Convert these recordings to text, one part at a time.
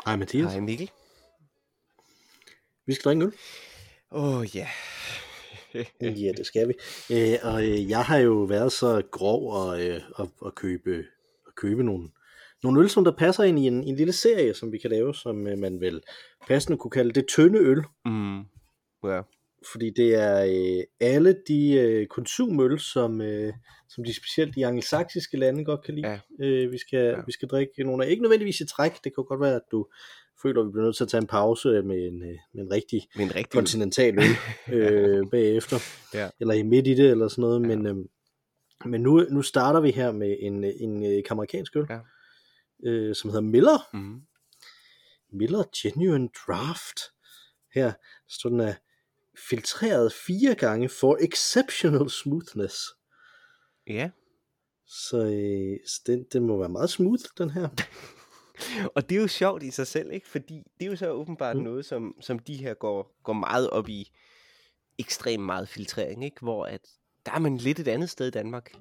Hej Mathias. Hej Mikkel. Vi skal drikke øl. Ja. Ja, det skal vi. Jeg har jo været så grov at købe nogle øl, som der passer ind i en lille serie, som vi kan lave, som man vel passende kunne kalde det tynde øl. Ja. Fordi det er alle de konsumøl, som de specielt de angelsaksiske lande godt kan lide. Ja. Vi skal drikke nogle af, ikke nødvendigvis i træk. Det kan godt være, at du føler, at vi bliver nødt til at tage en pause med en rigtig kontinental øl bagefter. Ja. Eller midt i det, eller sådan noget. Ja. Men nu starter vi her med en amerikansk øl, som hedder Miller. Miller Genuine Draft. Her står den af filtreret 4 gange for exceptional smoothness. Ja. Så den må være meget smooth, den her. Og det er jo sjovt i sig selv, ikke? Fordi det er jo så åbenbart noget, som de her går meget op i ekstremt meget filtrering, ikke? Hvor at der er man lidt et andet sted i Danmark.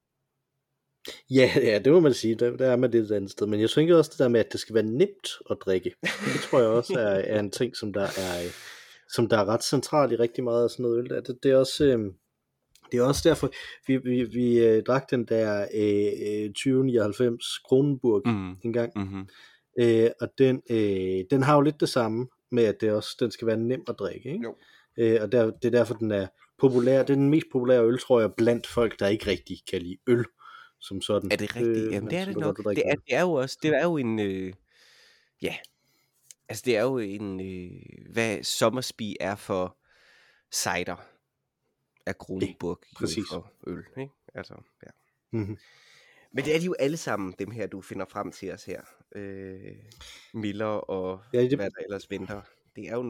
Ja, det må man sige. Der er man lidt et andet sted. Men jeg tænker også det der med, at det skal være nemt at drikke. Det tror jeg også er en ting, som der er ret centralt i rigtig meget af sådan noget øl. Det er også derfor, vi drak den der 2099 Kronenburg en gang. Og den har jo lidt det samme med, at den skal være nem at drikke, ikke? Jo. Og det er derfor, den er populær. Det er den mest populære øl, tror jeg, blandt folk, der ikke rigtig kan lide øl som sådan. Er det rigtigt? Jamen det er det nok. Det er jo også, det er jo en, altså det er jo en, hvad Somersby er for cider af Kronenburg for øl, ikke? Altså, ja. Mm-hmm. Men det er de jo alle sammen, dem her, du finder frem til os her. Miller og hvad der ellers venter. Det er jo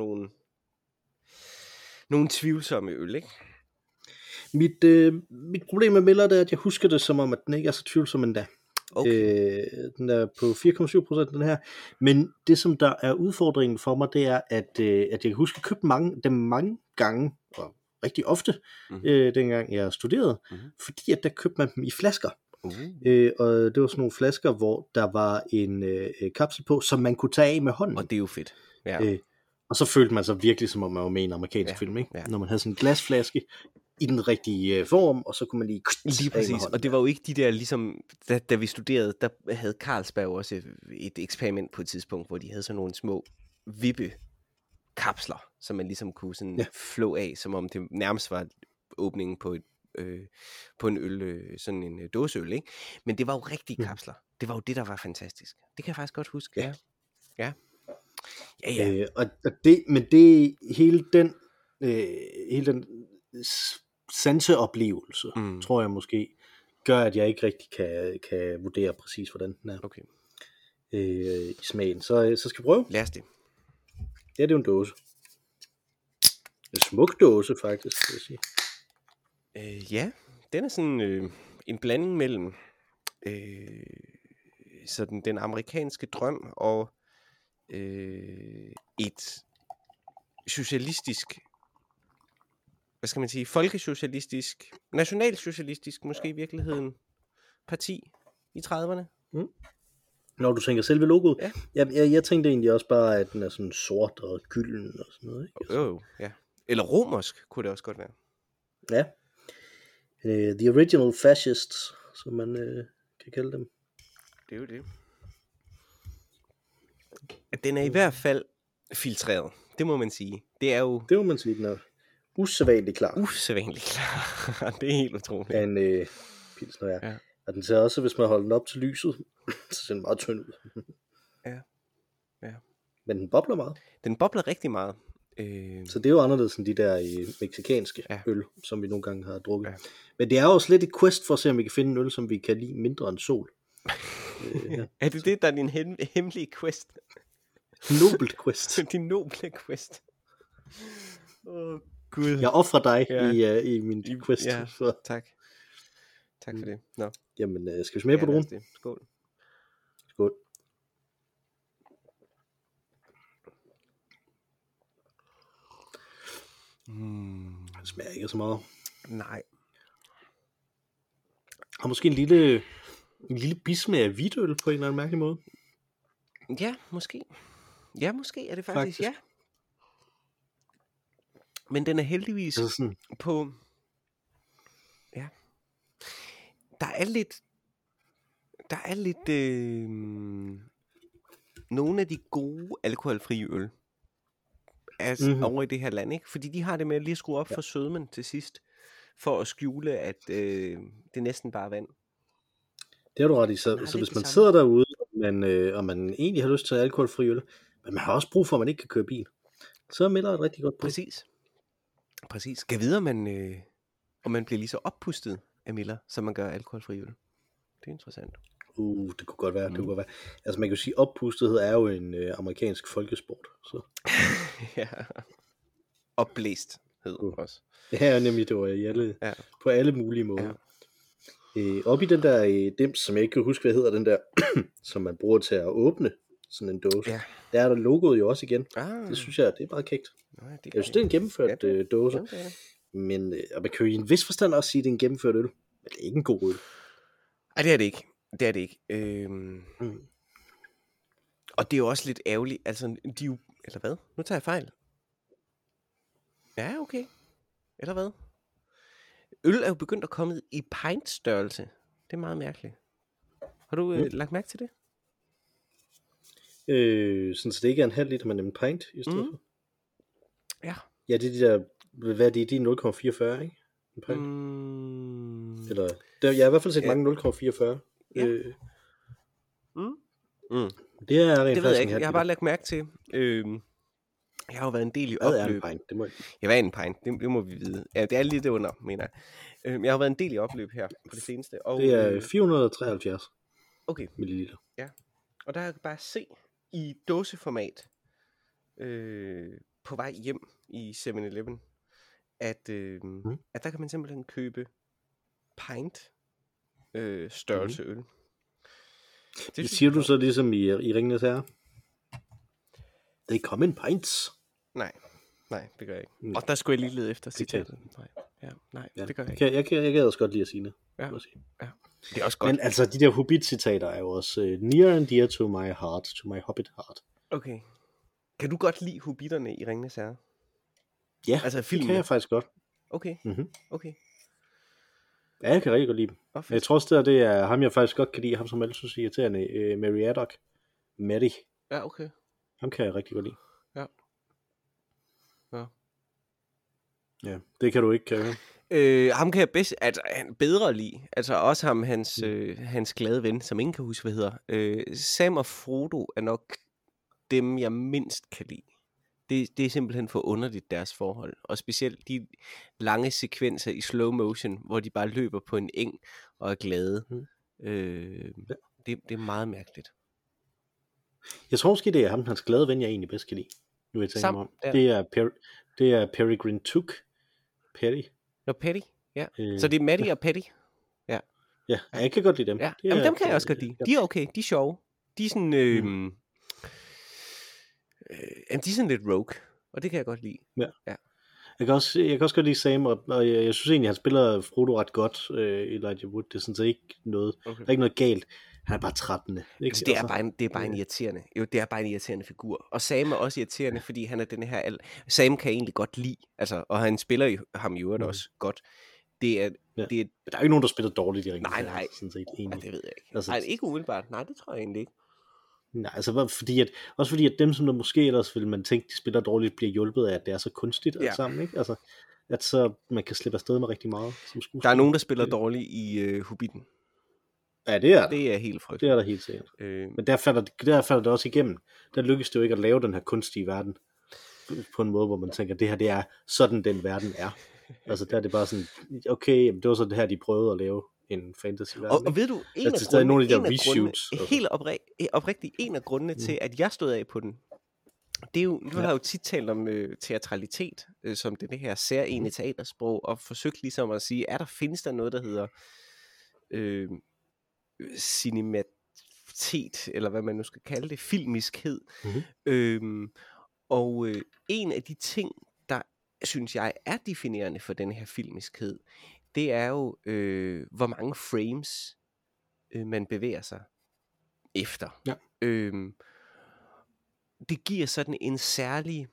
nogle tvivlsomme øl, ikke? Mit problem med Miller, det er, at jeg husker det som om, at den ikke er så tvivlsom endda. Okay. Den er på 4,7% den her. Men det, som der er udfordringen for mig, det er, at jeg kan huske, at jeg købte dem mange gange, og rigtig ofte, dengang jeg studerede, fordi at der købte man dem i flasker. Og det var sådan nogle flasker, hvor der var en kapsel på, som man kunne tage af med hånden. Og det er jo fedt. Ja. Og så følte man sig virkelig, som om man var med i en amerikansk film, ikke? Ja. Når man havde sådan en glasflaske i den rigtige form, og så kunne man lige præcis, og det var jo ikke de der, ligesom, da vi studerede, der havde Carlsberg også et eksperiment på et tidspunkt, hvor de havde sådan nogle små vippekapsler, som man ligesom kunne sådan flå af, som om det nærmest var åbningen på en øl, sådan en dåseøl, ikke? Men det var jo rigtige kapsler. Det var jo det, der var fantastisk. Det kan jeg faktisk godt huske. Ja. Men det hele den sanseoplevelse, tror jeg måske, gør, at jeg ikke rigtig kan vurdere præcis, hvordan den er. Okay. I smagen. Så skal vi prøve? Lad os det. Ja, det er jo en dåse. En smuk dåse, faktisk, vil jeg sige. Ja, den er sådan en blanding mellem sådan den amerikanske drøm og et socialistisk, hvad skal man sige, folkesocialistisk, nationalsocialistisk måske i virkeligheden, parti i 30'erne. Når du tænker selve logoet? Ja. Jeg tænkte egentlig også bare, at den er sådan sort og gylden og sådan noget, ikke? Jo, ja. Eller romersk kunne det også godt være. Ja. The original fascists, som man kan kalde dem. Det er jo det. Den er i hvert fald filtreret. Det må man sige. Det må man sige, den er usædvanligt klar. Det er helt utroligt. En pilsner, ja. Og den ser også, hvis man holder den op til lyset, så ser den meget tynd ud. Ja. Men den bobler meget. Den bobler rigtig meget. Så det er jo anderledes end de der mexikanske øl, som vi nogle gange har drukket. Ja. Men det er jo også lidt et quest for at se, om vi kan finde en øl, som vi kan lide mindre end sol. Er det der er din hemmelige quest? Nobelt quest. Din noble quest. Gud. Jeg offrer dig i min quest. Ja, tak. Tak for det. Nå. Jamen, skal vi smage på druen? Skål. Skål. Det smager ikke så meget. Nej. Har måske en lille bismag af hvidtøl på en eller anden mærkelig måde. Ja, måske. Ja, måske er det faktisk. Ja. Men den er heldigvis sådan... på... Ja. Der er lidt nogle af de gode alkoholfrie øl over i det her land, ikke? Fordi de har det med at lige skrue op for sødmen til sidst, for at skjule, at det næsten bare er vand. Det har du ret i. Så hvis man sidder derude, og man egentlig har lyst til alkoholfri øl, men man har også brug for, at man ikke kan køre bil, så er Miller et rigtig godt bud. Præcis. Skal videre, om man bliver lige så oppustet af Miller, som man gør alkoholfri øl. Det er interessant. Det kunne godt være. Det kunne godt være. Altså man kan jo sige, oppustethed er jo en amerikansk folkesport. Så. Ja. Opblæsthed også. Ja, nemlig det var på alle mulige måder. Ja. Op i den der dims, som jeg ikke kan huske, hvad hedder den der, som man bruger til at åbne sådan en dåse. Ja. Der er der logoet jo også igen. Det synes jeg, det er meget kægt. Jeg synes, det er en gennemført dåse. Men man kan jo i en vis forstand også sige, at det er en gennemført øl. Men det er ikke en god øl. Nej, det er det ikke. Det er det ikke. Og det er jo også lidt ærgerligt. Altså, de jo... Eller hvad? Nu tager jeg fejl. Ja, okay. Eller hvad? Øl er jo begyndt at komme i pint-størrelse. Det er meget mærkeligt. Har du lagt mærke til det? Sådan så det ikke er en halv liter, men en pint i stedet for? Ja. Ja, det er de der... Hvad er det? De er 0,44, ikke? En pint. Eller... Jeg har i hvert fald set mange 0,44. Ja. Det er rent det ved jeg ikke. Jeg har bare lagt mærke til... Jeg har jo været en del i opløb. Jeg var en pint, det må vi vide. Ja, det er lidt under, mener jeg. Jeg har været en del i opløb her på det seneste. Og, det er 473 milliliter. Ja, og der kan jeg bare se i dåseformat på vej hjem i 7-Eleven, at der kan man simpelthen købe pint størrelse øl. Det siger du så ligesom i Ringenes Herre? They come in pints. Nej, det gør jeg ikke. Og der skulle jeg lige lede efter citatet. Nej, det gør jeg ikke. Jeg gad også godt lide at sige det. Ja. Det er også godt. Men altså, de der Hobbit-citater er jo også near and dear to my heart, to my Hobbit heart. Okay. Kan du godt lide Hobbitterne i Ringenes Herre? Ja, altså, det kan jeg faktisk godt. Okay. Okay. Ja, jeg kan rigtig godt lide dem. Jeg tror også, det er ham, jeg faktisk godt kan lide. Ham, som alle synes irriterende. Meriadoc. Merry. Ja, okay. Ham kan jeg rigtig godt lide. Ja, det kan du ikke, kan jeg ham kan jeg bedre lide. Altså også ham, hans glade ven, som ingen kan huske, hvad hedder. Sam og Frodo er nok dem, jeg mindst kan lide. Det er simpelthen for underligt, deres forhold. Og specielt de lange sekvenser i slow motion, hvor de bare løber på en eng og er glade. Det er meget mærkeligt. Jeg tror måske, det er ham, hans glade ven, jeg egentlig bedst kan lide. Nu jeg tænker mig om. Ja. Det er Peregrine Took. Perry. Perry, ja. Så det er Maddie og Petty. Ja, jeg kan godt lide dem. Ja. Jamen, dem kan jeg også godt lide. De er okay, de er sjove. De er sådan, de er sådan lidt rogue, og det kan jeg godt lide. Ja. Jeg kan også godt lide Sam, og jeg synes egentlig, han spiller Frodo ret godt, Elijah Wood. Det er sådan set ikke noget, der er ikke noget galt. Han er bare 13. Altså, det er bare en irriterende. Jo, det er bare en irriterende figur. Og Sam er også irriterende, fordi han er den her... Sam kan egentlig godt lide, altså, og han spiller ham jo også godt. Det er... Der er ikke nogen, der spiller dårligt i ringen. Nej. Sådan set, det ved jeg ikke. Altså, ikke umiddelbart. Nej, det tror jeg egentlig ikke. Nej, altså fordi at dem, som der måske ellers vil man tænke, de spiller dårligt, bliver hjulpet af, at det er så kunstigt alt sammen, ikke? Altså, at så man kan slippe afsted med rigtig meget som skuespiller. Der er nogen, der spiller dårligt i Hobbiten. Ja, det er der. Det er helt frygteligt. Det er der helt sikkert. Men der falder det også igennem. Der lykkes det jo ikke at lave den her kunstige verden på en måde, hvor man tænker, det her, det er sådan, den verden er. Altså, der er det bare sådan, okay, det var så det her, de prøvede at lave en fantasy-verden. Og ved du, en af grundene til, at jeg stod af på den, det er jo, nu har jeg jo tit talt om teatralitet, som det her særlige teatersprog, og forsøgt ligesom at sige, findes der noget, der hedder cinematet, eller hvad man nu skal kalde det, filmiskhed. Og en af de ting, der synes jeg er definerende for den her filmiskhed, det er jo, hvor mange frames man bevæger sig efter. Ja. det giver sådan en særlig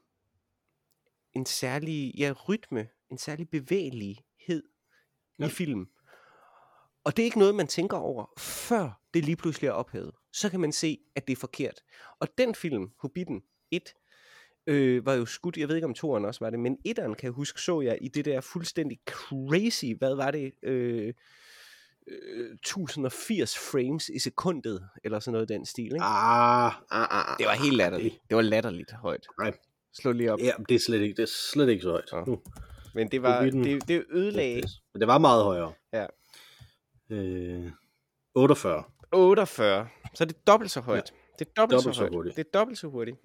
rytme, en særlig bevægelighed i film. Og det er ikke noget, man tænker over, før det lige pludselig er ophævet. Så kan man se, at det er forkert. Og den film, Hobbiten 1, var jo skudt, jeg ved ikke om 2'eren også var det, men 1'eren kan jeg huske, så jeg i det der fuldstændig crazy, hvad var det, 1080 frames i sekundet, eller sådan noget i den stil, ikke? Det var helt latterligt. Det var latterligt højt. Nej. Slå lige op. Ja, det er slet ikke så højt. Men det var, det ødelagde. Men det var meget højere. Ja. 48. 48. Så det er dobbelt så højt. Ja. Det er dobbelt så højt. Hurtigt. Det er dobbelt så hurtigt.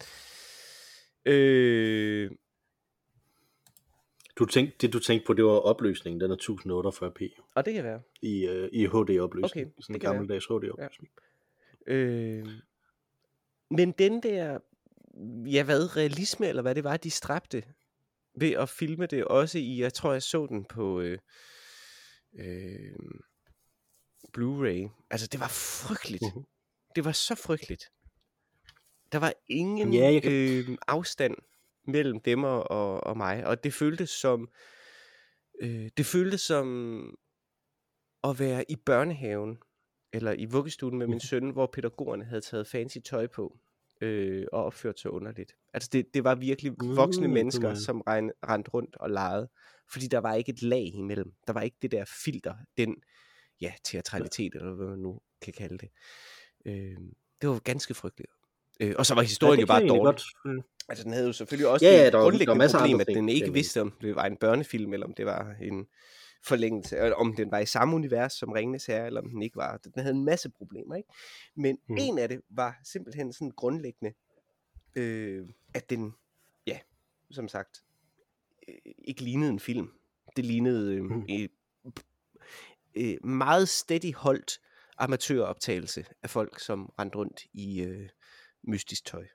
Du tænkte på, det var opløsningen, den er 1048p. Og det kan være. I HD-opløsning. Okay, sådan en gammeldags HD-opløsning. Ja. Men den der, realisme, eller hvad det var, de stræbte ved at filme det også i, jeg tror, jeg så den på Blu-ray. Altså, det var frygteligt. Det var så frygteligt. Der var ingen afstand mellem dem og mig, og det føltes som at være i børnehaven eller i vuggestuen med min søn, hvor pædagogerne havde taget fancy tøj på og opført sig underligt. Altså det var virkelig voksne mennesker, som rendte rundt og legede, fordi der var ikke et lag imellem. Der var ikke det der filter, den teatralitet, eller hvad man nu kan kalde det. Det var ganske frygteligt. Og så var historien jo bare dårlig. Altså den havde jo selvfølgelig også det grundlæggende problem, at den ikke vidste, om det var en børnefilm, eller om det var en forlængelse, eller om den var i samme univers som Ringenes Herre, eller om den ikke var. Den havde en masse problemer, ikke? Men en af det var simpelthen sådan grundlæggende, at den, som sagt, ikke lignede en film. Det lignede meget steady holdt amatøroptagelse af folk, som rendte rundt i mystisk tøj.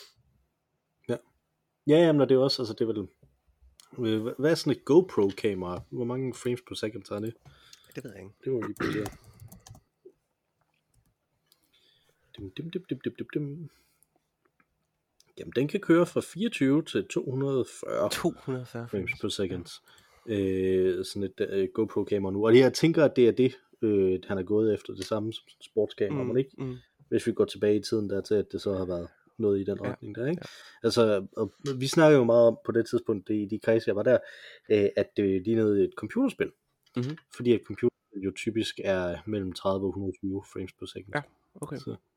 Ja, men det er også, altså det er vel, hvad er sådan et GoPro-kamera? Hvor mange frames per second tager det? Det ved jeg ikke. Det var lige på det. Jamen, den kan køre fra 24 til 240 frames per second. Sådan et GoPro-kamera nu. Og jeg tænker, at det er det, han har gået efter, det samme som sportskamera, men ikke? Hvis vi går tilbage i tiden der til, at det så har været noget i den retning der, ikke? Ja. Altså, og vi snakker jo meget om på det tidspunkt, i de kredse, jeg var der, at det lignede et computerspil. Fordi at computerspil jo typisk er mellem 30 og 120 frames per second. Ja, okay.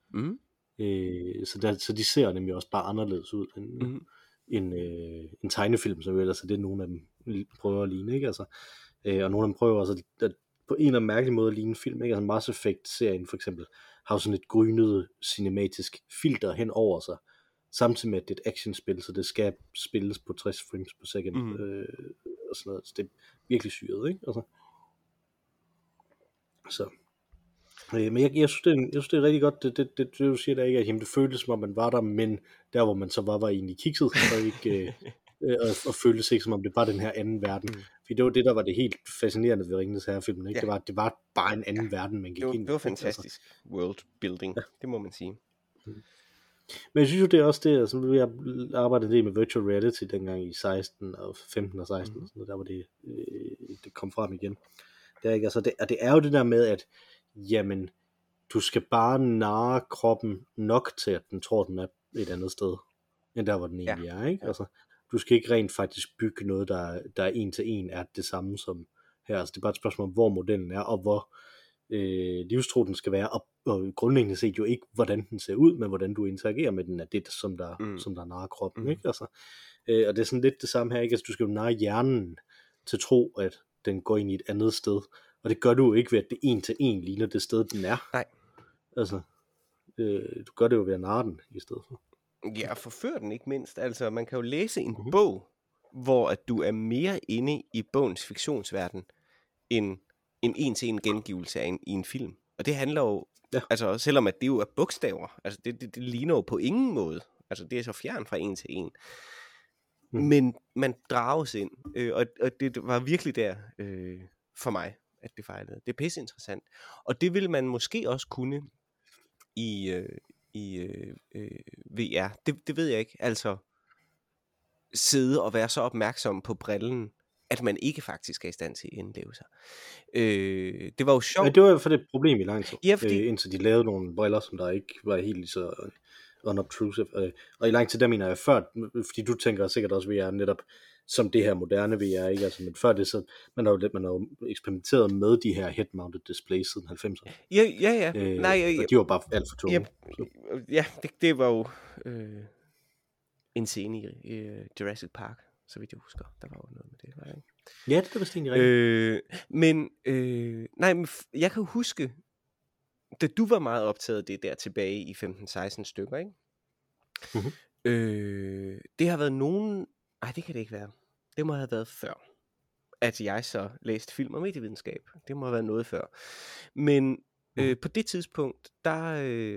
Så de ser nemlig også bare anderledes ud end en tegnefilm, som jo ellers er det, nogle af dem prøver at ligne, ikke? Altså, og nogle af dem prøver også at på en eller anden mærkelig måde at ligne film, ikke? Altså Mass Effect-serien for eksempel har jo sådan et grynet cinematisk filter hen over sig, samtidig med at det er et actionspil, så det skal spilles på 60 frames per second og sådan noget. Så det er virkelig syret, ikke? Altså. Så. Men jeg synes, det er rigtig godt, det du siger der, ikke? At jamen, det føltes som om man var der, men der hvor man så var egentlig kikset, og ikke og føltes ikke som om det var den her anden verden. Fordi det var det, der var det helt fascinerende ved Ringenes Herre-filmen, ikke? Ja. Det var bare en anden verden, man gik ind i. Det var fantastisk world building, det må man sige. Men jeg synes jo, det er også det, altså vi har arbejdet det med virtual reality dengang i 16 og 15 og 16, og sådan noget, der var det kom frem igen. Det er, ikke? Altså, det er jo det der med, at jamen, du skal bare narre kroppen nok til, at den tror, den er et andet sted, end der, hvor den egentlig er, ikke? Altså, du skal ikke rent faktisk bygge noget, der en til en er det samme som her. Altså, det er bare et spørgsmål om, hvor modellen er, og hvor livstro den skal være, og grundlæggende set jo ikke, hvordan den ser ud, men hvordan du interagerer med den, er det, som der narrer kroppen, ikke? Altså, og det er sådan lidt det samme her, ikke? Altså, du skal jo narre hjernen til tro, at den går ind i et andet sted, og det gør du jo ikke ved, at det en til en ligner det sted, den er. Nej. Altså, du gør det jo ved at narre den i stedet for. Ja, forfør den ikke mindst. Altså, man kan jo læse en bog, hvor at du er mere inde i bogens fiktionsverden, end en til en gengivelse af i en film. Og det handler jo, altså selvom at det jo er bogstaver, altså det ligner jo på ingen måde. Altså det er så fjern fra en til en. Men man drages ind, og det var virkelig der for mig, at det fejlede. Det er pisse interessant. Og det vil man måske også kunne i VR. Det ved jeg ikke. Altså, sidde og være så opmærksom på brillen, at man ikke faktisk er i stand til at indleve sig. Det var jo sjovt. Det var i hvert fald et problem i lang tid, Ja, fordi... indtil de lavede nogle briller, som der ikke var helt så unobtrusive. Og i lang tid, der mener jeg før, fordi du tænker sikkert også VR netop som det her moderne VR, ikke? Altså, men før det, så man har jo eksperimenteret med de her head-mounted displays siden 90'erne. Ja. Og de var bare alt for tunge. Ja, det var jo en scene i Jurassic Park, så vidt jeg husker. Der var jo noget med det, var det ikke? Ja, det var vist egentlig rigtigt. Men jeg kan jo huske, da du var meget optaget af det der tilbage i 15-16 stykker, ikke? Mm-hmm. Det har været nogen... Nej, det kan det ikke være. Det må have været før, at jeg så læste film og medievidenskab. Det må have været noget før. Men på det tidspunkt, der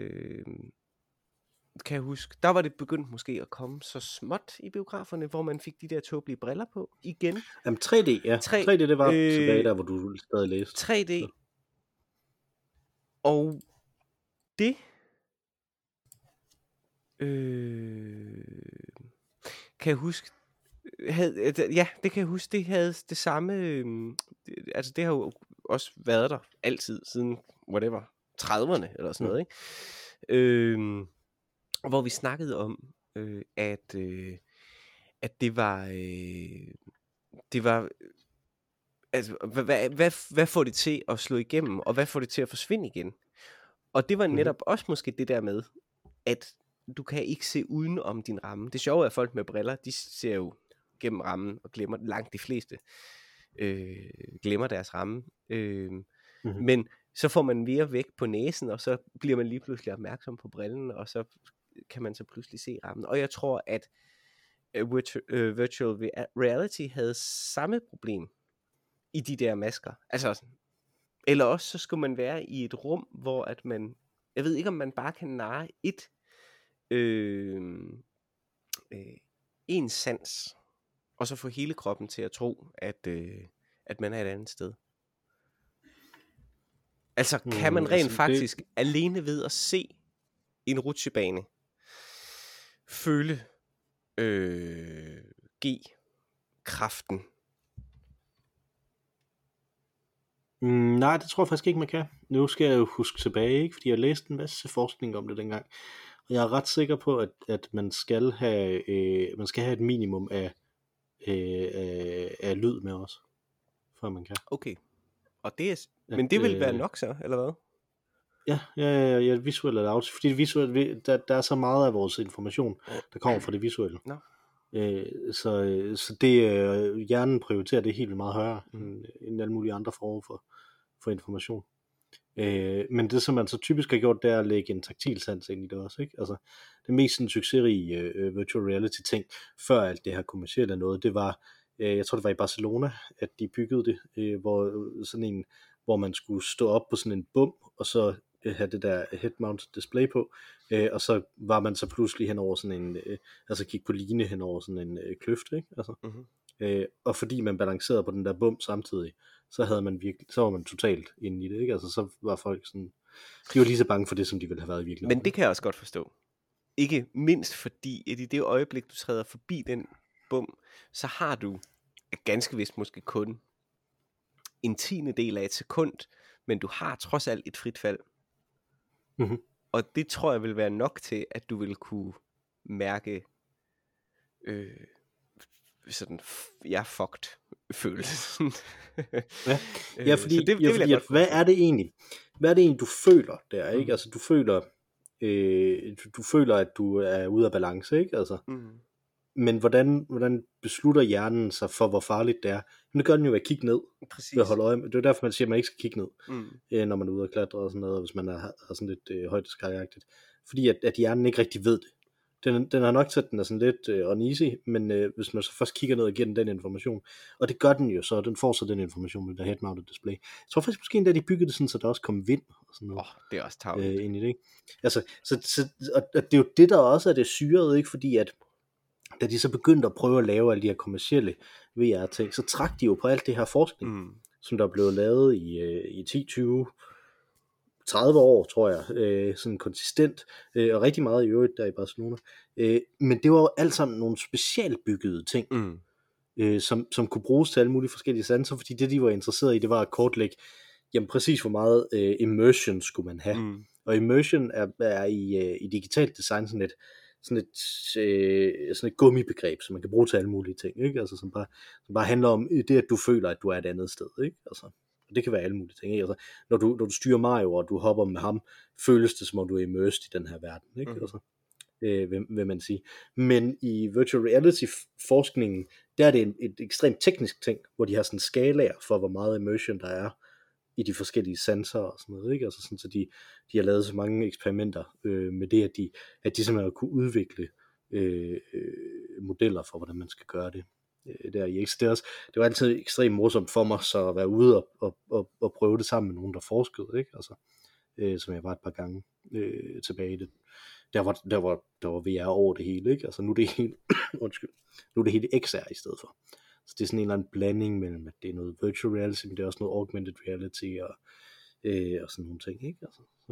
kan jeg huske, der var det begyndt måske at komme så småt i biograferne, hvor man fik de der tåbelige briller på igen. Jamen 3D, ja. 3D, det var tilbage der, hvor du stadig læste. 3D. Så. Og det kan jeg huske, det kan jeg huske, det havde det samme, altså det har jo også været der altid, siden whatever, 30'erne eller sådan noget, ikke? Hvor vi snakkede om, at det var, altså, hvad får det til at slå igennem, og hvad får det til at forsvinde igen? Og det var netop også måske det der med, at du kan ikke se uden om din ramme. Det sjove er, at folk med briller, de ser jo gennem rammen og glemmer, langt de fleste glemmer deres ramme. Men så får man mere væk på næsen, og så bliver man lige pludselig opmærksom på brillen, og så kan man så pludselig se rammen. Og jeg tror, at virtual reality havde samme problem i de der masker. Altså, eller også så skulle man være i et rum, hvor at man, jeg ved ikke om man bare kan narre en sans, og så få hele kroppen til at tro, at man er et andet sted. Altså kan man rent faktisk alene ved at se en rutsjebane føle G-kraften? Nej, det tror jeg faktisk ikke, man kan. Nu skal jeg jo huske tilbage, ikke? Fordi jeg læste en masse forskning om det dengang. Og jeg er ret sikker på, at man skal have et minimum af lyd med os, før man kan. Okay. Og det er, men det vil være nok så, eller hvad? Ja, visuelt er det fordi visuelt, der er så meget af vores information, der kommer fra det visuelle. No. Så det hjernen prioriterer det helt meget højere end alle mulige andre former for information. Men det som man så typisk har gjort, det er at lægge en taktil sans ind i det også, ikke? Altså det mest sådan succesrige virtual reality ting før alt det her kommercielle noget, det var jeg tror det var i Barcelona, at de byggede det, hvor man skulle stå op på sådan en bum og så have det der head-mounted display på, og så var man så pludselig hen over sådan en, altså gik på line hen over sådan en kløft, ikke? Altså, og fordi man balancerede på den der bum samtidig, så var man totalt inde i det, ikke? Altså så var folk sådan, de var lige så bange for det, som de ville have været i virkeligheden. Men det kan jeg også godt forstå. Ikke mindst fordi, at i det øjeblik, du træder forbi den bum, så har du ganske vist måske kun en 10. af et sekund, men du har trods alt et frit fald. Og det tror jeg vil være nok til, at du vil kunne mærke sådan, jeg er fucked følelsen. Ja, fordi, hvad er det egentlig? Hvad er det egentlig, du føler der, ikke? Altså, du føler, at du er ude af balance, ikke? Altså, men hvordan beslutter hjernen sig for, hvor farligt det er? Men det gør den jo ved at kigge ned. Præcis. Ved at holde øje med. Det er derfor, man siger, at man ikke skal kigge ned, når man er ude at klatre og sådan noget, hvis man har sådan lidt højdeskajagtigt. Fordi at hjernen ikke rigtig ved det. Den har nok sat den er sådan lidt uneasy, men hvis man så først kigger ned og giver den information, og det gør den jo så, den får så den information med der head-mounted display. Jeg tror faktisk måske endda, de byggede det sådan, så der også kom vind og sådan noget. Det er også tarveligt. Ind i det, ikke? Altså, og det er jo det, der også er det syrede, ikke? Fordi at da de så begyndte at prøve at lave alle de her kommercielle VR-ting, så trak de jo på alt det her forskning, som der blev lavet i 10, 20, 30 år, tror jeg, sådan konsistent, og rigtig meget i øvrigt der i Barcelona. Men det var jo alt sammen nogle specialbyggede ting, som kunne bruges til alle mulige forskellige sanser, fordi det, de var interesseret i, det var at kortlægge, jamen præcis hvor meget immersion skulle man have. Og immersion er i digitalt design sådan et gummibegreb, som man kan bruge til alle mulige ting, ikke? Altså, som bare handler om det, at du føler, at du er et andet sted, ikke? Altså, og det kan være alle mulige ting, ikke? Altså, når du styrer Mario, og du hopper med ham, føles det, som om du er immersed i den her verden, ikke? Altså, vil man sige. Men i virtual reality forskningen, der er det et ekstremt teknisk ting, hvor de har sådan skalaer for, hvor meget immersion der er i de forskellige sensorer og sådan noget, ikke? Altså sådan, så de har lavet så mange eksperimenter med det, at de simpelthen har kunne udvikle modeller for, hvordan man skal gøre det. Der i X. Det var altid ekstremt morsomt for mig så at være ude og prøve det sammen med nogen, der forskede, ikke? Altså, som jeg var et par gange tilbage i det. Der var VR over det hele, ikke? Altså nu er det helt nu er det hele XR i stedet for. Så det er sådan en eller anden blanding mellem, at det er noget virtual reality, men det er også noget augmented reality og sådan nogle ting, ikke? Altså, så.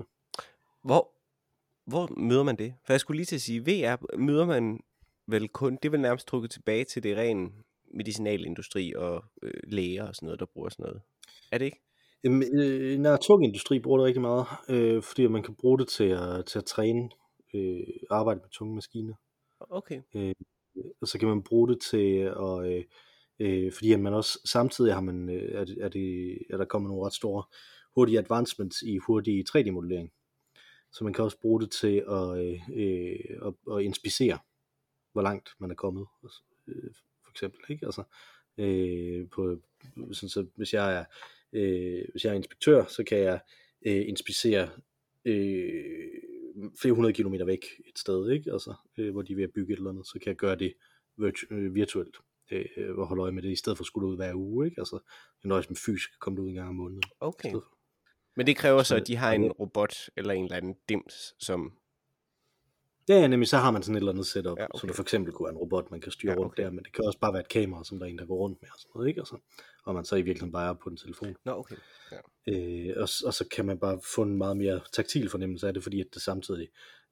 Hvor møder man det? For jeg skulle lige til at sige, VR møder man vel kun, det er vel nærmest trukket tilbage til det ren medicinalindustri og læger og sådan noget, der bruger sådan noget. Er det ikke? Tung industri bruger det rigtig meget, fordi man kan bruge det til at træne, arbejde med tunge maskiner. Okay. Og så kan man bruge det til at fordi at man også samtidig har man er der kommet nogle ret store hurtige advancements i hurtig 3D-modellering, så man kan også bruge det til at inspicere, hvor langt man er kommet, for eksempel, ikke? Altså på sådan, så hvis jeg er inspektør, så kan jeg inspicere flere hundrede kilometer væk et sted, ikke? Altså hvor de er ved at bygge et eller andet, så kan jeg gøre det virtuelt og holde øje med det, i stedet for at skulle ud hver uge, ikke? Altså, jeg nøjes med fysisk komme ud en gang om måneden. Okay. Men det kræver så, at de har en robot eller en eller anden dims, som... Ja, nemlig så har man sådan et eller andet setup, okay. som for eksempel kunne være en robot, man kan styre rundt der, men det kan også bare være et kamera, som der er en, der går rundt med og sådan noget, ikke? Altså, og man så i virkeligheden bare er på en telefon. Okay. Ja. Og så kan man bare få en meget mere taktil fornemmelse af det, fordi at det samtidig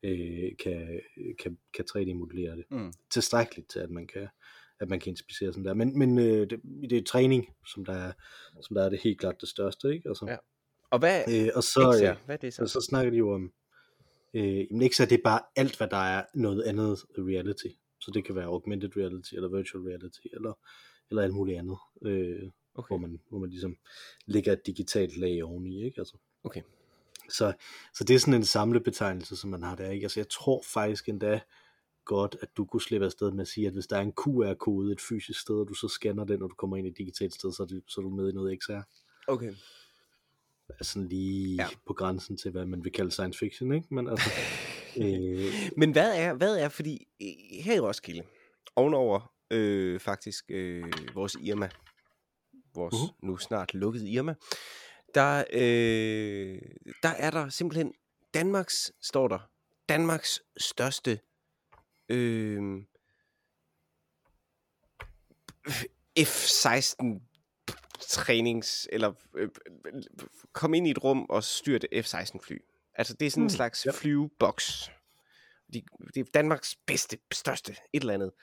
kan 3D-modellere det tilstrækkeligt til, at man kan inspicere sådan der. Men det er træning, som der er det helt klart det største, ikke? Altså, ja. Og hvad hvad er det så? Og så snakker de jo om, XR, det er bare alt, hvad der er noget andet reality. Så det kan være augmented reality, eller virtual reality, eller alt muligt andet, okay. hvor man ligesom lægger et digitalt lag oveni, ikke? Altså. Okay. Så det er sådan en samlebetegnelse, som man har der, ikke? Altså jeg tror faktisk endda godt, at du kunne slippe afsted med at sige, at hvis der er en QR-kode et fysisk sted, og du så scanner den, når du kommer ind i et digitalt sted, så er du med i noget XR. Okay. Altså lige på grænsen til, hvad man vil kalde science fiction, ikke? Men altså... Men hvad er, fordi her i Roskilde, ovenover faktisk vores Irma, vores nu snart lukkede Irma, der er der simpelthen Danmarks største F-16 trænings, eller kom ind i et rum og styrte F-16 fly. Altså det er sådan en slags flyveboks. Det er Danmarks bedste, største, et eller andet.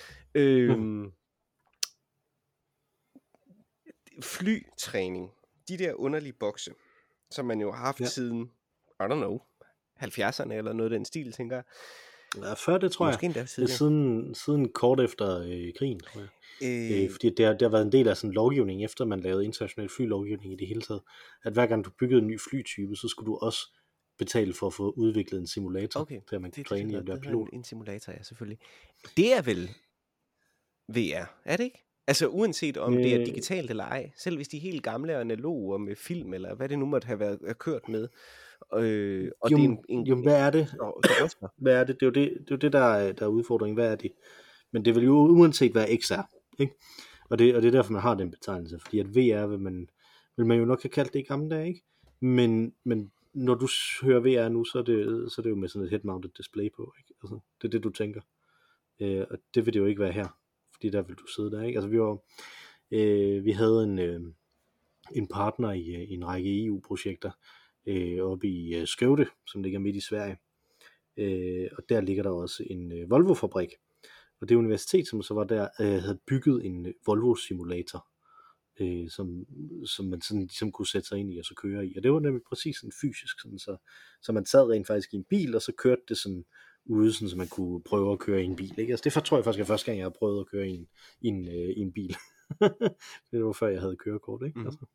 Flytræning, de der underlige bokse, som man jo har haft siden, I don't know, 70'erne eller noget af den stil, tænker jeg. Ja, før det tror jeg. Det er siden kort efter krigen, tror jeg. Fordi det har været en del af sådan lovgivning, efter man lavede international flylovgivning i det hele taget, at hver gang du byggede en ny flytype, så skulle du også betale for at få udviklet en simulator, til at man kunne træne i at være pilot. En simulator, ja, selvfølgelig. Det er vel VR, er det ikke? Altså uanset om det er digitalt eller ej, selv hvis de er helt gamle og analoge og med film, eller hvad det nu måtte have været kørt med. Og hvad er det? Hvad er det? Det er jo det, der er udfordringen. Hvad er det? Men det vil jo uanset være XR, ikke? Og det er derfor, man har den betegnelse, fordi at VR vil man jo nok have kaldt det i gamle dage, ikke? Men når du hører VR nu, så er det jo med sådan et head-mounted display på, ikke? Altså, det er det, du tænker. Og det vil det jo ikke være her, fordi der vil du sidde der, ikke? Altså vi havde en partner i en række EU-projekter, oppe i Skövde, som ligger midt i Sverige. Og der ligger der også en Volvo-fabrik. Og det universitet, som så var der, havde bygget en Volvo-simulator, som man sådan ligesom kunne sætte sig ind i og så køre i. Og det var nemlig præcis sådan fysisk, sådan, så man sad rent faktisk i en bil, og så kørte det sådan ude, sådan, så man kunne prøve at køre i en bil. Ikke? Altså, det tror jeg faktisk er første gang, jeg har prøvet at køre i en bil. Det var før jeg havde kørekort. Ikke? Altså.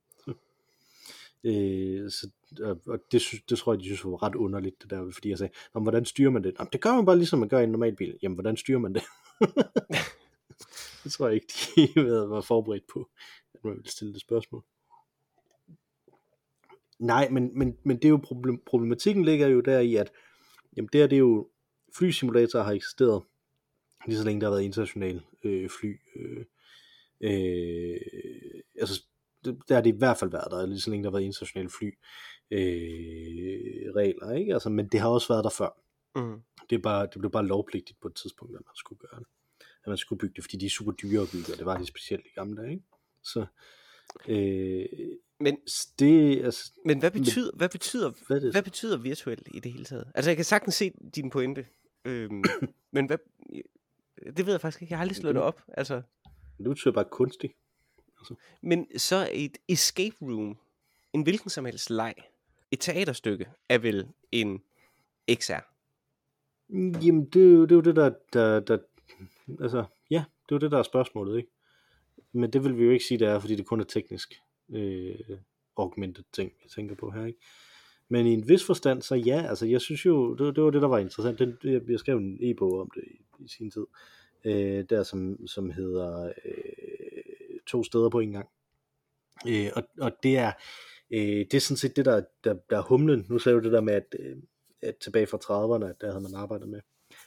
Og det tror jeg, de synes var ret underligt, det der, fordi jeg sagde, hvordan styrer man det? Det gør man bare ligesom man gør i en normal bil. Jamen, hvordan styrer man det? Det tror jeg ikke, de var forberedt på, at man ville stille det spørgsmål. Nej, men det er jo problematikken ligger jo der i, at jamen, det er jo, flysimulatorer har eksisteret lige så længe der har været internationale fly. Altså, der er det i hvert fald været der, lige så længe der har været internationale fly regler, ikke? Altså, men det har også været der før. Det blev bare lovpligtigt på et tidspunkt, at man skulle gøre det. At man skulle bygge det, fordi de er super dyre at bygge, og det var det specielt i gamle dage, ikke? Så, men hvad betyder virtuelt i det hele taget? Altså, jeg kan sagtens se din pointe, men hvad, det ved jeg faktisk ikke. Jeg har aldrig slået det op. Altså, det betyder bare kunstigt. Altså. Men så et escape room, en hvilken som helst leg, et teaterstykke, er vel en XR? Jamen, det er jo det, der altså, ja, det er jo det, der er spørgsmålet, ikke? Men det vil vi jo ikke sige, det er, fordi det kun er teknisk augmented ting, jeg tænker på her, ikke? Men i en vis forstand, så ja, altså jeg synes jo, det var det, der var interessant. Jeg skrev en e-bog om det i sin tid, der som hedder 2 steder på en gang. Og det er sådan set det, der er humlen. Nu sagde jo det der med, at tilbage fra 30'erne, der havde man arbejdet med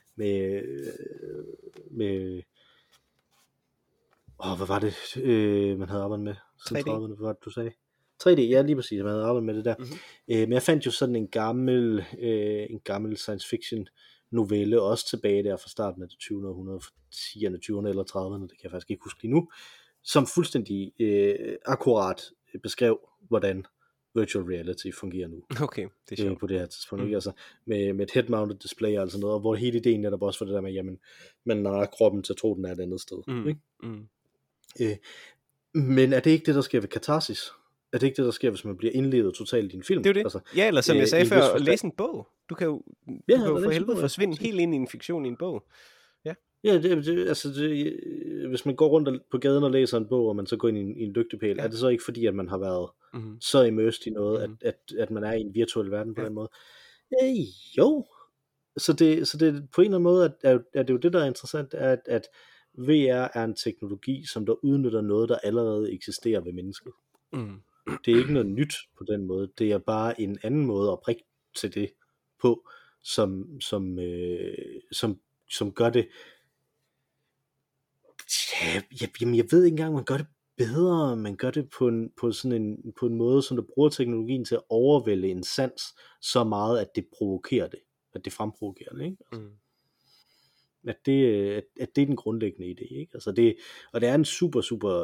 hvad var det, man havde arbejdet med? 3D. 30'erne, hvad var det, du sagde? 3D, ja, lige præcis, man havde arbejdet med det der. Men jeg fandt jo sådan en gammel science fiction novelle, også tilbage der fra starten af det 20. århundrede, 10'erne, 20'erne eller 30'erne, det kan jeg faktisk ikke huske lige nu, som fuldstændig akkurat beskrev, hvordan virtual reality fungerer nu. Okay, det er sjovt. På det her tidspunkt, altså med et head-mounted display og altså noget, og hvor hele ideen netop også for det der med, jamen, man narrer kroppen til at tro, den er et andet sted. Ikke? Men er det ikke det, der sker ved katarsis? Er det ikke det, der sker, hvis man bliver indlevet totalt i en film? Det er det. Altså, ja, eller som jeg sagde før, at læse en bog. Du kan jo for helvede forsvinde helt ind i en fiktion i en bog. Ja, hvis man går rundt på gaden og læser en bog, og man så går ind i en lygtepæl, er det så ikke fordi, at man har været så immersed i noget, at man er i en virtuel verden på den måde? Jo. Så det på en eller anden måde, er det jo det, der er interessant, at VR er en teknologi, som der udnytter noget, der allerede eksisterer ved mennesket. Det er ikke noget nyt på den måde. Det er bare en anden måde at prikke til det på, som gør det. Jamen, jeg ved ikke engang, man gør det bedre. Man gør det på en måde, som der bruger teknologien til at overvælde en sans så meget, at det provokerer det. At det fremprovokerer det, ikke? Altså. At det er den grundlæggende idé, ikke? Altså og det er en super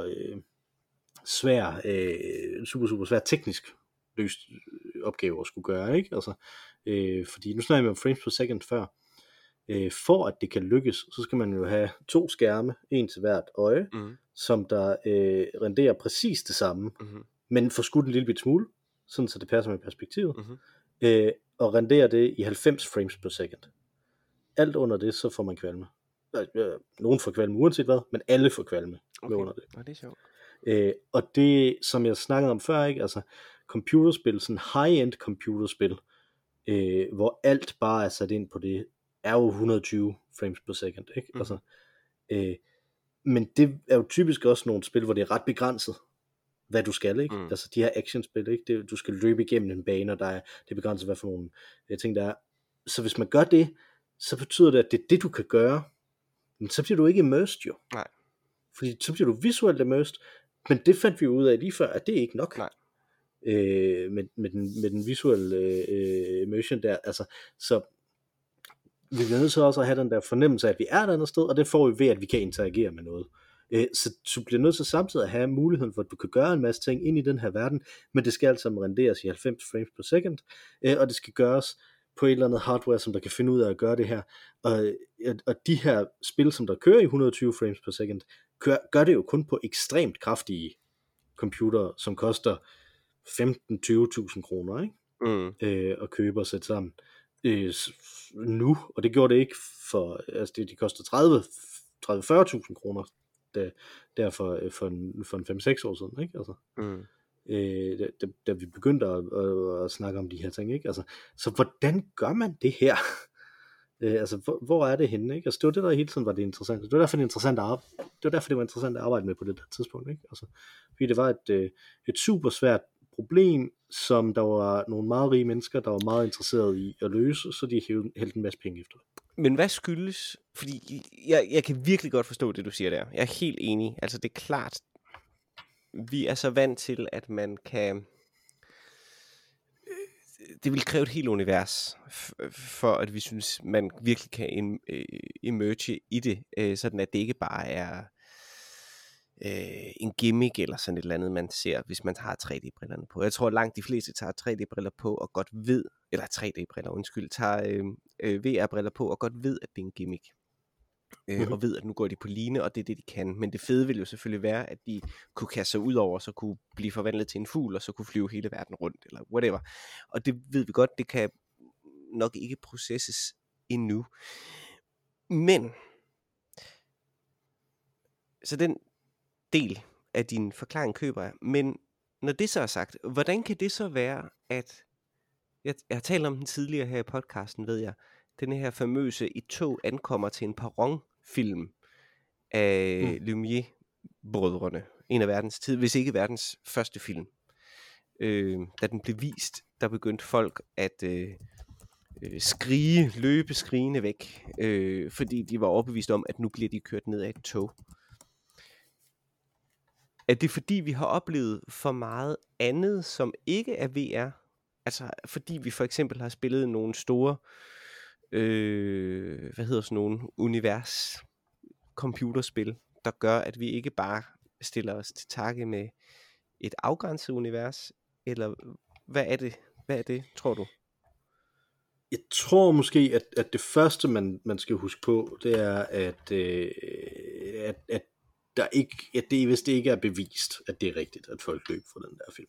svær teknisk løst opgave at skulle gøre, ikke? Altså, fordi nu snakker vi om frames per second før. For at det kan lykkes, så skal man jo have 2 skærme, en til hvert øje, som der renderer præcis det samme, men får skudt en lille bit smule, sådan så det passer med perspektivet, og renderer det i 90 frames per second. Alt under det, så får man kvalme. Nogen får kvalme uanset hvad, men alle får kvalme under det. Det er sjovt. Og det, som jeg snakkede om før, ikke? Altså computerspil, sådan high-end computerspil, hvor alt bare er sat ind på det, er jo 120 frames per second, ikke? Altså, men det er jo typisk også nogle spil, hvor det er ret begrænset, hvad du skal, ikke? Altså de her actionspil, ikke? Du skal løbe igennem en bane, og det er begrænset, hvad for nogle ting der er. Så hvis man gør det, så betyder det, at det er det, du kan gøre, men så bliver du ikke immersed jo. Nej. Fordi så bliver du visuelt immersed, men det fandt vi ud af lige før, at det er ikke nok. Nej. Med den visuelle immersion der, altså, så vi bliver nødt til også at have den der fornemmelse af, at vi er et andet sted, og det får vi ved, at vi kan interagere med noget. Så du bliver nødt til samtidig at have muligheden for, at du kan gøre en masse ting ind i den her verden, men det skal alt sammen renderes i 90 frames per second, og det skal gøres på et eller andet hardware, som der kan finde ud af at gøre det her. Og de her spil, som der kører i 120 frames per second, gør det jo kun på ekstremt kraftige computere, som koster 15-20.000 kroner, ikke? At købe og sætte sammen nu, og det gjorde det ikke for, altså det koster 30-40.000 kroner for en 5-6 år siden, ikke? Altså, da vi begyndte at snakke om de her ting, ikke? Altså, så hvordan gør man det her? Altså, hvor er det henne, ikke? Altså, det var det, der hele tiden var det interessante. Det var derfor, det var interessant at arbejde med på det der tidspunkt, ikke? Altså, fordi det var et super svært problem, som der var nogle meget rige mennesker, der var meget interesserede i at løse, så de hældte en masse penge efter det. Men hvad skyldes? Fordi jeg kan virkelig godt forstå det, du siger der. Jeg er helt enig. Altså, det er klart, vi er så vant til, at man kan... Det vil kræve et helt univers, for at vi synes, man virkelig kan emerge i det, sådan at det ikke bare er en gimmick eller sådan et eller andet, man ser, hvis man har 3D-brillerne på. Jeg tror, at langt de fleste tager 3D-briller på og godt ved, eller 3D-briller, tager VR-briller på og godt ved, at det er en gimmick. Og ved, at nu går de på line, og det er det, de kan. Men det fede ville jo selvfølgelig være, at de kunne kaste sig ud over, så kunne blive forvandlet til en fugl, og så kunne flyve hele verden rundt, eller whatever. Og det ved vi godt, det kan nok ikke processes endnu. Men, så den del af din forklaring køber jeg. Men når det så er sagt, hvordan kan det så være, at jeg har talt om den tidligere her i podcasten, ved jeg, den her famøse "Et tog ankommer til en perron"-film af Lumière-brødrene. En af verdens tid, hvis ikke verdens første film. Da den blev vist, der begyndte folk at løbe skrigende væk, fordi de var overbevist om, at nu bliver de kørt ned af et tog. Er det fordi, vi har oplevet for meget andet, som ikke er VR? Altså, fordi vi for eksempel har spillet nogle store, nogle univers computerspil, der gør, at vi ikke bare stiller os til takke med et afgrænset univers, eller hvad er det, tror du? Jeg tror måske, at det første, man skal huske på, det er, at der ikke, hvis det ikke er bevist, at det er rigtigt, at folk løb for den der film.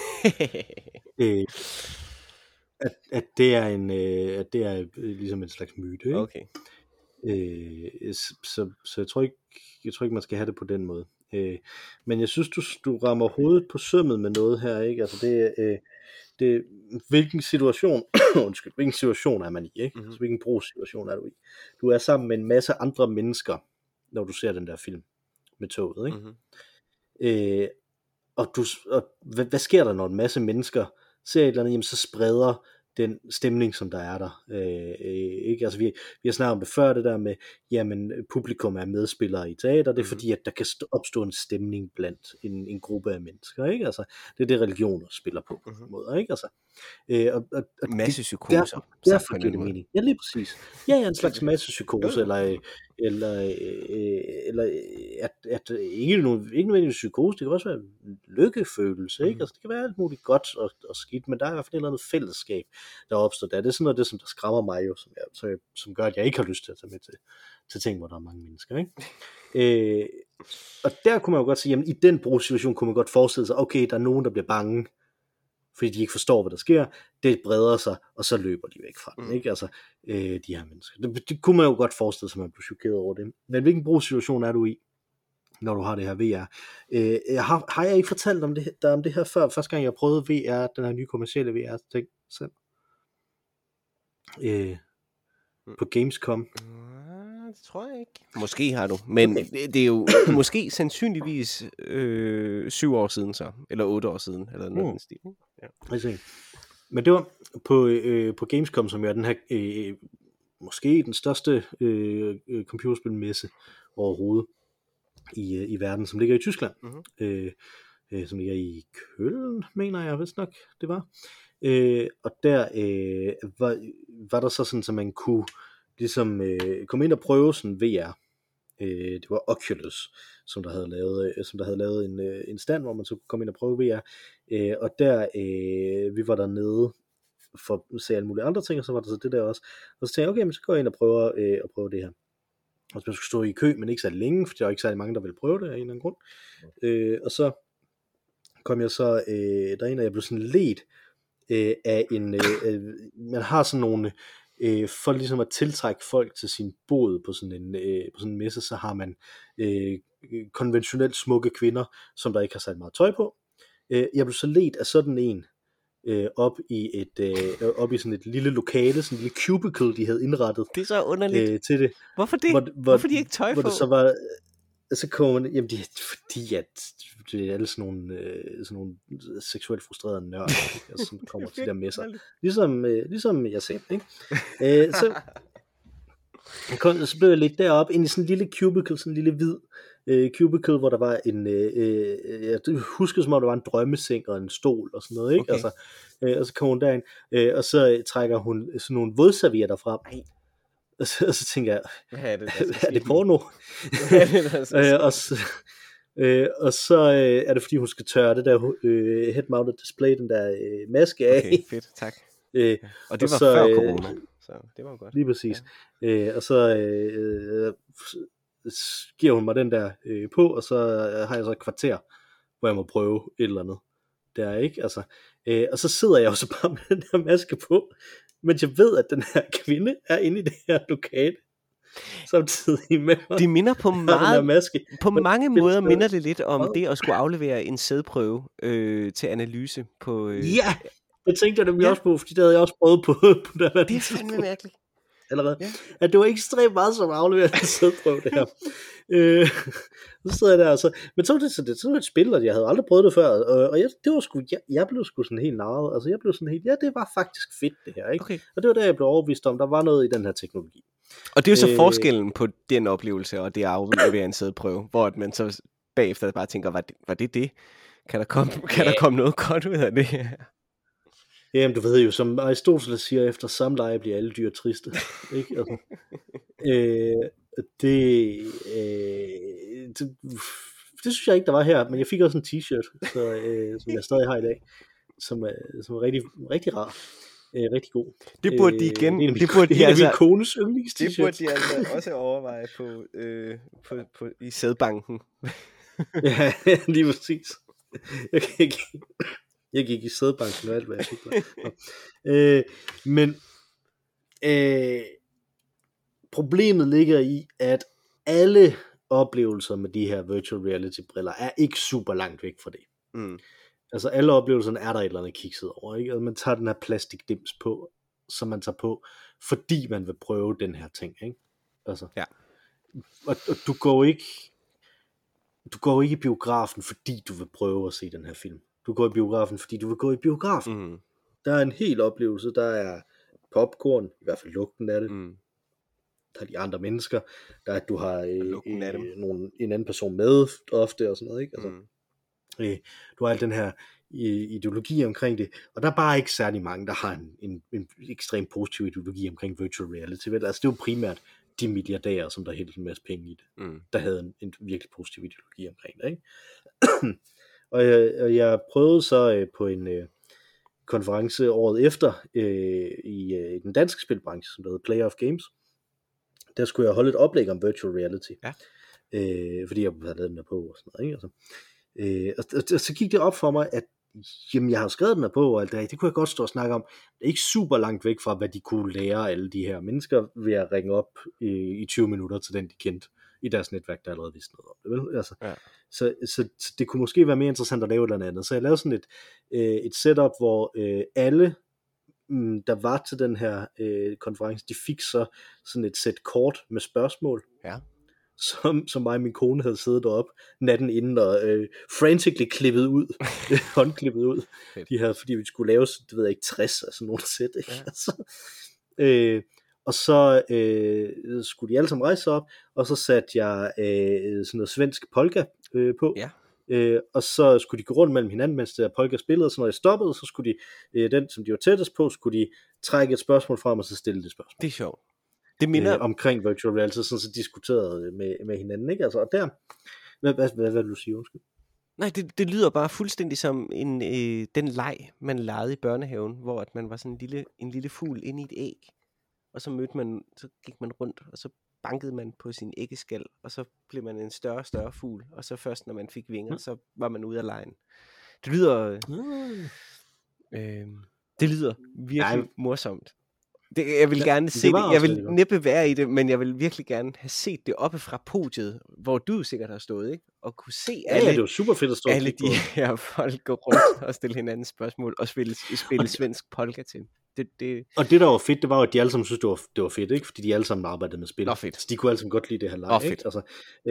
At det er ligesom en slags myte, ikke? Okay. Så jeg tror ikke, man skal have det på den måde. Men jeg synes, du rammer hovedet på sømmet med noget her, ikke? Altså hvilken situation er man i, ikke? Altså, hvilken brugssituation er du i? Du er sammen med en masse andre mennesker, når du ser den der film med toget, ikke? Og hvad sker der, når en masse mennesker ser et eller andet, jamen så spreder den stemning, som der er der. Ikke? Altså vi har snakket om det før, det der med, jamen publikum er medspillere i teater, det er fordi, at der kan opstå en stemning blandt en gruppe af mennesker, ikke? Altså, det er det, religioner spiller på måder, ikke? Altså, massepsykoser. Derfor giver det mening. Ja, lige præcis. Ja, en slags massepsykose, eller at ikke nødvendigvis psykose, det kan også være en lykkefølelse, ikke? Altså, det kan være alt muligt godt og skidt, men der er i hvert fald et eller andet fællesskab, der opstår der. Det er sådan noget af det, som der skræmmer mig jo, som gør, at jeg ikke har lyst til at tage med til ting, hvor der er mange mennesker, ikke? Og der kunne man jo godt sige, jamen i den brugssituation kunne man godt forestille sig, okay, der er nogen, der bliver bange, fordi de ikke forstår, hvad der sker, det breder sig, og så løber de væk fra den, ikke? Altså, de her mennesker. Det kunne man jo godt forestille sig, at man blev chokeret over det. Men hvilken brugssituation er du i, når du har det her VR? Har jeg ikke fortalt om det her før? Første gang jeg prøvede VR, den her nye kommercielle VR-ting selv. På Gamescom. Det tror jeg ikke. Måske har du, men okay. Det er jo måske sandsynligvis 7 år siden så, eller 8 år siden, eller noget den stil. Ja. Men det var på Gamescom, som er den her, måske den største computerspilmesse overhovedet i verden, som ligger i Tyskland. Som ligger i Køln, mener jeg vist nok, det var. Og der var der så sådan, så man kunne ligesom komme ind og prøve sådan VR Det var Oculus, som der havde lavet en stand, hvor man så kunne komme ind og prøve VR. Og der, vi var dernede for at se alle mulige andre ting, og så var der så det der også. Og så tænkte jeg, okay, men så går jeg ind og prøver det her. Og så man skulle stå i kø, men ikke så længe, for der var ikke særlig mange, der ville prøve det af en eller anden grund. Og så kom jeg så derind, og jeg blev sådan ledt af man har sådan nogle, for ligesom at tiltrække folk til sin bod på sådan en messe, så har man konventionelt smukke kvinder, som der ikke har sat meget tøj på. Jeg blev så ledt af sådan en, op i sådan et lille lokale, sådan en lille cubicle, de havde indrettet. Det er så underligt. Til det. Hvorfor det? Hvorfor de ikke tøj på? Hvor det så var, så kommer man, jamen fordi at det er alle sådan nogle seksuelt frustrerede nørder, som kommer til der messer. Ligesom jeg selv, ikke? Så blev jeg lidt deroppe ind i sådan en lille cubicle, sådan en lille hvid cubicle, hvor der var jeg husker som om der var en drømmeseng og en stol og sådan noget, ikke? Okay. Altså, og så kommer hun derind, og så trækker hun sådan nogle vådservietter frem. Og så tænker jeg, hvad er det porno? Og så er det fordi hun skal tørre det der head-mounted display, den der maske af. Okay, fedt, tak. Og det var før corona, så det var godt. Lige præcis. Ja. Og så giver hun mig den der på, og så har jeg så et kvarter, hvor jeg må prøve et eller andet. Der, ikke? Altså, og så sidder jeg jo så bare med den der maske på, men jeg ved, at den her kvinde er inde i det her lokale, samtidig med mig. Det minder på mange måder minder det lidt om det at skulle aflevere en sædprøve til analyse på... Ja, det tænkte jeg nemlig også på, fordi det havde jeg også prøvet på den her. Det er fandme mærkeligt. Allerede. Ja. At det var ekstremt meget som at aflevere en sædprøve, det her. Så sidder jeg der, så det var et spil, og jeg havde aldrig prøvet det før, og jeg blev sgu sådan helt narret, altså jeg blev sådan helt, ja, det var faktisk fedt det her, ikke? Okay. Og det var der, jeg blev overbevist om, der var noget i den her teknologi. Og det er jo så forskellen på den oplevelse, og det at aflevere en sædprøve, hvor man så bagefter bare tænker, var det? Kan der komme noget godt ud af det her? Jamen, du ved jo, som Aristoteles siger, efter samleje bliver alle dyr triste, ikke? Altså, det synes jeg ikke, der var her, men jeg fik også en t-shirt, som jeg stadig har i dag, som er rigtig, rigtig rar. Rigtig god. Det burde de igen. Det burde de altså. Kones yndlings-t-shirt. Det burde de altså også overveje på i sædbanken. Ja, lige præcis. Jeg gik i sædbanken og alt, hvad jeg fik. Men problemet ligger i, at alle oplevelser med de her virtual reality briller er ikke super langt væk fra det. Mm. Altså alle oplevelserne er der et eller andet kikset over, ikke? Altså man tager den her plastikdims på, som man tager på, fordi man vil prøve den her ting, ikke? Altså, ja. Og du går ikke i biografen, fordi du vil prøve at se den her film. Du går i biografen, fordi du vil gå i biografen. Mm. Der er en hel oplevelse, der er popcorn, i hvert fald lugten af det. Mm. Der er de andre mennesker, der er, at du har en anden person med ofte og sådan noget, ikke? Altså, du har al den her ideologi omkring det, og der er bare ikke særlig mange, der har en ekstremt positiv ideologi omkring virtual reality. Vel? Altså det er jo primært de milliardærer, som der hældte en masse penge i det, der havde en virkelig positiv ideologi omkring det, ikke? Og jeg prøvede så på en konference året efter i den danske spilbranche, som der hedder Player of Games. Der skulle jeg holde et oplæg om virtual reality, fordi jeg havde lavet den der på og sådan noget, ikke? Og så gik det op for mig, at jamen, jeg har skrevet den der på, og alt det kunne jeg godt stå og snakke om. Det er ikke super langt væk fra, hvad de kunne lære alle de her mennesker ved at ringe op i 20 minutter til den, de kendte i deres netværk, der allerede vidste noget om det. Vel? Altså, så det kunne måske være mere interessant at lave et eller andet. Så jeg lavede sådan et setup, hvor alle, der var til den her konference, de fik så sådan et sæt kort med spørgsmål. Ja. Som mig og min kone havde siddet deroppe natten inden og frantically klippet ud, håndklippet ud. De havde, fordi vi skulle lave, det ved jeg ikke, 60 af sådan nogle sæt, ikke? Ja. Altså, og så skulle de alle sammen rejse op, og så satte jeg sådan noget svensk polka på. Ja. Og så skulle de gå rundt mellem hinanden, mens det der polka spillede, og så når jeg stoppede, så skulle de, den som de var tættest på, skulle de trække et spørgsmål frem, og så stille det spørgsmål. Det er sjovt. Det minder omkring virtual reality, sådan så diskuterede med hinanden, ikke? Altså, og der, hvad vil du sige, undskyld? Nej, det lyder bare fuldstændig som den leg, man legede i børnehaven, hvor at man var sådan en lille fugl inde i et æg, og så gik man rundt, og så bankede man på sin æggeskal, og så blev man en større og større fugl, og så først når man fik vinger, så var man ude af legen. Det lyder virkelig morsomt. Jeg vil gerne se det. Jeg vil næppe være i det, men jeg vil virkelig gerne have set det oppe fra podiet, hvor du sikkert har stået, ikke? Og kunne se det var super fedt at stå alle de her folk gå rundt og stille hinanden spørgsmål og spille svensk polka til. Og det der var fedt, det var at de alle sammen synes det var fedt, ikke? Fordi de alle sammen arbejdede med spil. Fedt. Så de kunne alle sammen godt lide det her leg, ikke? Altså,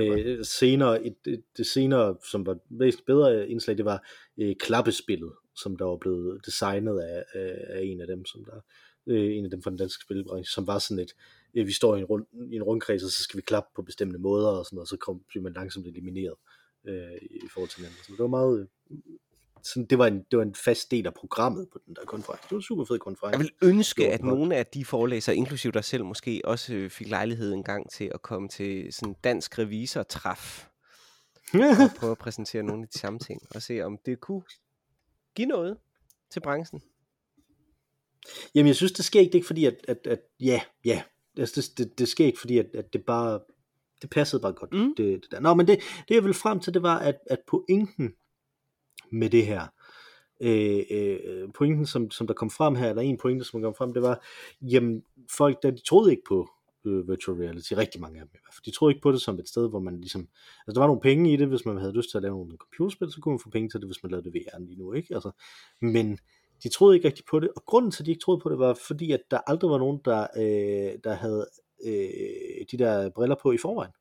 senere, som var væsentligt bedre indslag, det var klappespillet, som der var blevet designet af en af dem, en af dem fra den danske spilbranche, som var sådan vi står i en rundkreds, og så skal vi klappe på bestemte måder, og sådan noget, og så bliver man langsomt elimineret i forhold til hinanden. Så det var meget... Sådan, det var en fast del af programmet på den der konference. Det var en super fed konference. Jeg vil ønske, at nogle af de forelæsere, inklusive dig selv måske, også fik lejlighed en gang til at komme til sådan dansk revisortræf og prøve at præsentere nogle af de samme ting, og se om det kunne give noget til branchen. Jamen, jeg synes, det sker ikke fordi, at altså, det sker ikke fordi, at det bare, det passede bare godt. Det der. Nå, men det jeg ville frem til, det var, at pointen med det her, pointen, som der kom frem her, eller en pointe, som kom frem, det var, jamen, folk, de troede ikke på virtual reality, rigtig mange af dem i hvert fald. De troede ikke på det som et sted, hvor man ligesom, altså der var nogle penge i det, hvis man havde lyst til at lave nogle computerspil, så kunne man få penge til det, hvis man lavede det VR lige nu, ikke? Altså, men de troede ikke rigtig på det, og grunden til, at de ikke troede på det, var fordi, at der aldrig var nogen, der havde de der briller på i forvejen.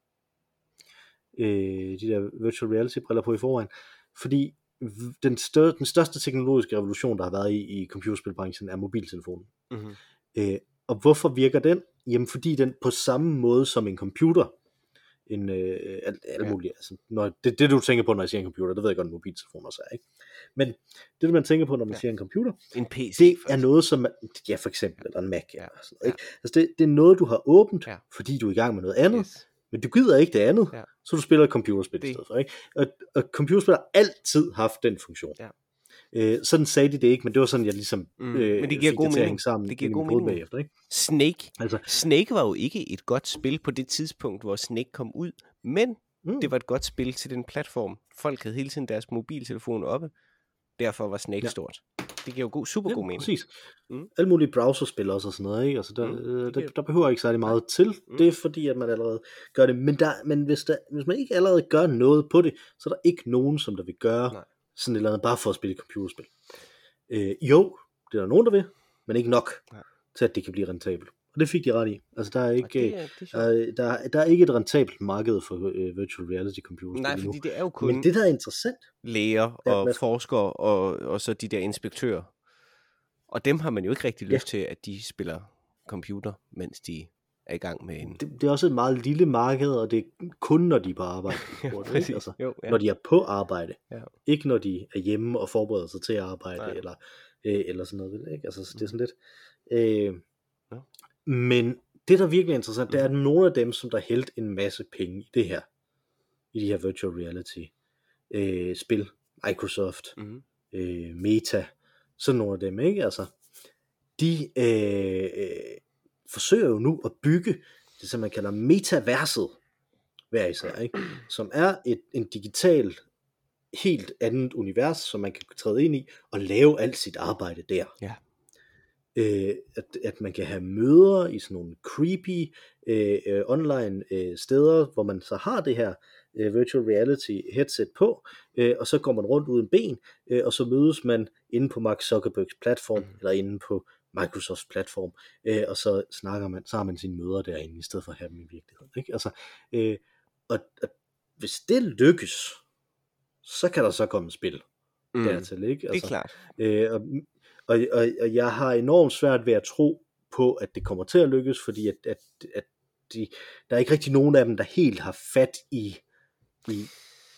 De der virtual reality briller på i forvejen. Fordi den største teknologiske revolution, der har været i computerspilbranchen, er mobiltelefonen. Mm-hmm. Og hvorfor virker den? Jamen fordi den på samme måde som en computer, alt muligt, altså, det du tænker på, når jeg siger en computer, det ved jeg godt, en mobiltelefon også er, ikke? Men det man tænker på, når man siger en computer, en PC, det er noget, som for eksempel, eller en Mac, eller sådan noget, ikke? Altså det er noget, du har åbent, fordi du er i gang med noget andet, men du gider ikke det andet, så du spiller et computerspil i stedet for, ikke? Og computerspil har altid haft den funktion. Sådan sagde de det ikke, men det var sådan, jeg ligesom men det giver god mening. Sammen, det giver god mening. Bagefter, ikke? Snake var jo ikke et godt spil på det tidspunkt, hvor Snake kom ud, men det var et godt spil til den platform. Folk havde hele tiden deres mobiltelefon oppe, derfor var Snake stort. Det giver jo super god mening. Præcis. Alle mulige browserspil også og sådan noget, ikke? Altså der behøver ikke særlig meget til. Det er fordi, at man allerede gør det. Men hvis man ikke allerede gør noget på det, så er der ikke nogen, som der vil gøre sådan et eller andet, bare for at spille et computerspil. Jo, det er der nogen, der vil, men ikke nok til, at det kan blive rentabelt. Og det fik de ret i. Altså, der er ikke, der er ikke et rentabelt marked for virtual reality computerspil. Nej, fordi det er jo kun men det, der er interessant, læger og forskere og så de der inspektører. Og dem har man jo ikke rigtig lyst til, at de spiller computer, mens de er i gang med en... Det er også et meget lille marked, og det er kun, når de er på arbejde. Altså, når de er på arbejde. Ja. Ikke når de er hjemme og forbereder sig til at arbejde, eller sådan noget. Ikke? Altså, så det er sådan lidt... Men det, der virkelig er interessant, det er, at nogle af dem, som der hældte en masse penge i det her, i de her virtual reality spil, Microsoft, Meta, sådan nogle af dem, ikke? Altså, de forsøger jo nu at bygge det, som man kalder metaverset, hver især, ikke? Som er en digital, helt andet univers, som man kan træde ind i, og lave alt sit arbejde der. Ja. At man kan have møder i sådan nogle creepy online steder, hvor man så har det her virtual reality headset på, og så går man rundt uden ben, og så mødes man inde på Mark Zuckerbergs platform, eller inde på Microsofts platform, og så så har man sine møder derinde, i stedet for at have dem i virkeligheden, ikke? Altså, og hvis det lykkes, så kan der så komme et spil dertil, ikke? Altså, det er klart. Og jeg har enormt svært ved at tro på, at det kommer til at lykkes, fordi at der er ikke rigtig nogen af dem, der helt har fat i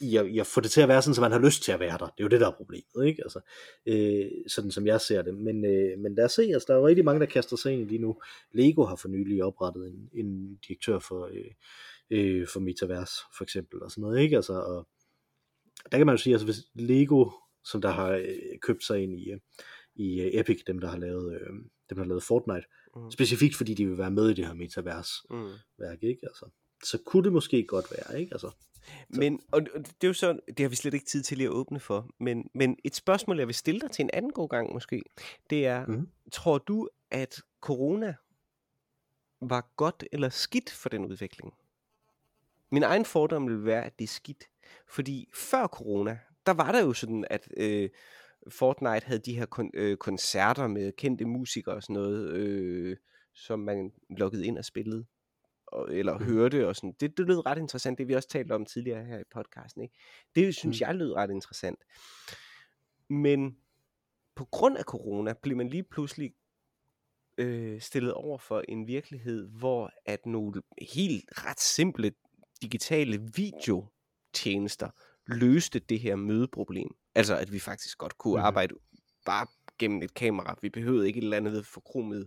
i at få det til at være sådan, så man har lyst til at være der. Det er jo det, der er problemet, ikke? Altså, sådan som jeg ser det. Men lad os se, altså, der er jo rigtig mange, der kaster sig ind i lige nu. Lego har for nylig oprettet en direktør for Metaverse, for eksempel, og sådan noget, ikke? Altså, og der kan man jo sige, altså hvis Lego, som der har købt sig ind i Epic, dem der har lavet Fortnite, specifikt fordi de vil være med i det her Metaverse-værk, ikke? Altså, så kunne det måske godt være, ikke? Altså, men, og det er jo så, det har vi slet ikke tid til lige at åbne for, men et spørgsmål, jeg vil stille dig til en anden god gang måske, det er, tror du, at corona var godt eller skidt for den udvikling? Min egen fordom vil være, at det er skidt, fordi før corona, der var der jo sådan, at Fortnite havde de her koncerter med kendte musikere og sådan noget, som man loggede ind og spillede, eller hørte og sådan. Det lød ret interessant, det vi også talte om tidligere her i podcasten, ikke? Det synes jeg lød ret interessant. Men på grund af corona blev man lige pludselig stillet over for en virkelighed, hvor at nogle helt ret simple digitale videotjenester løste det her mødeproblem. Altså at vi faktisk godt kunne arbejde bare gennem et kamera. Vi behøvede ikke et eller andet forkromet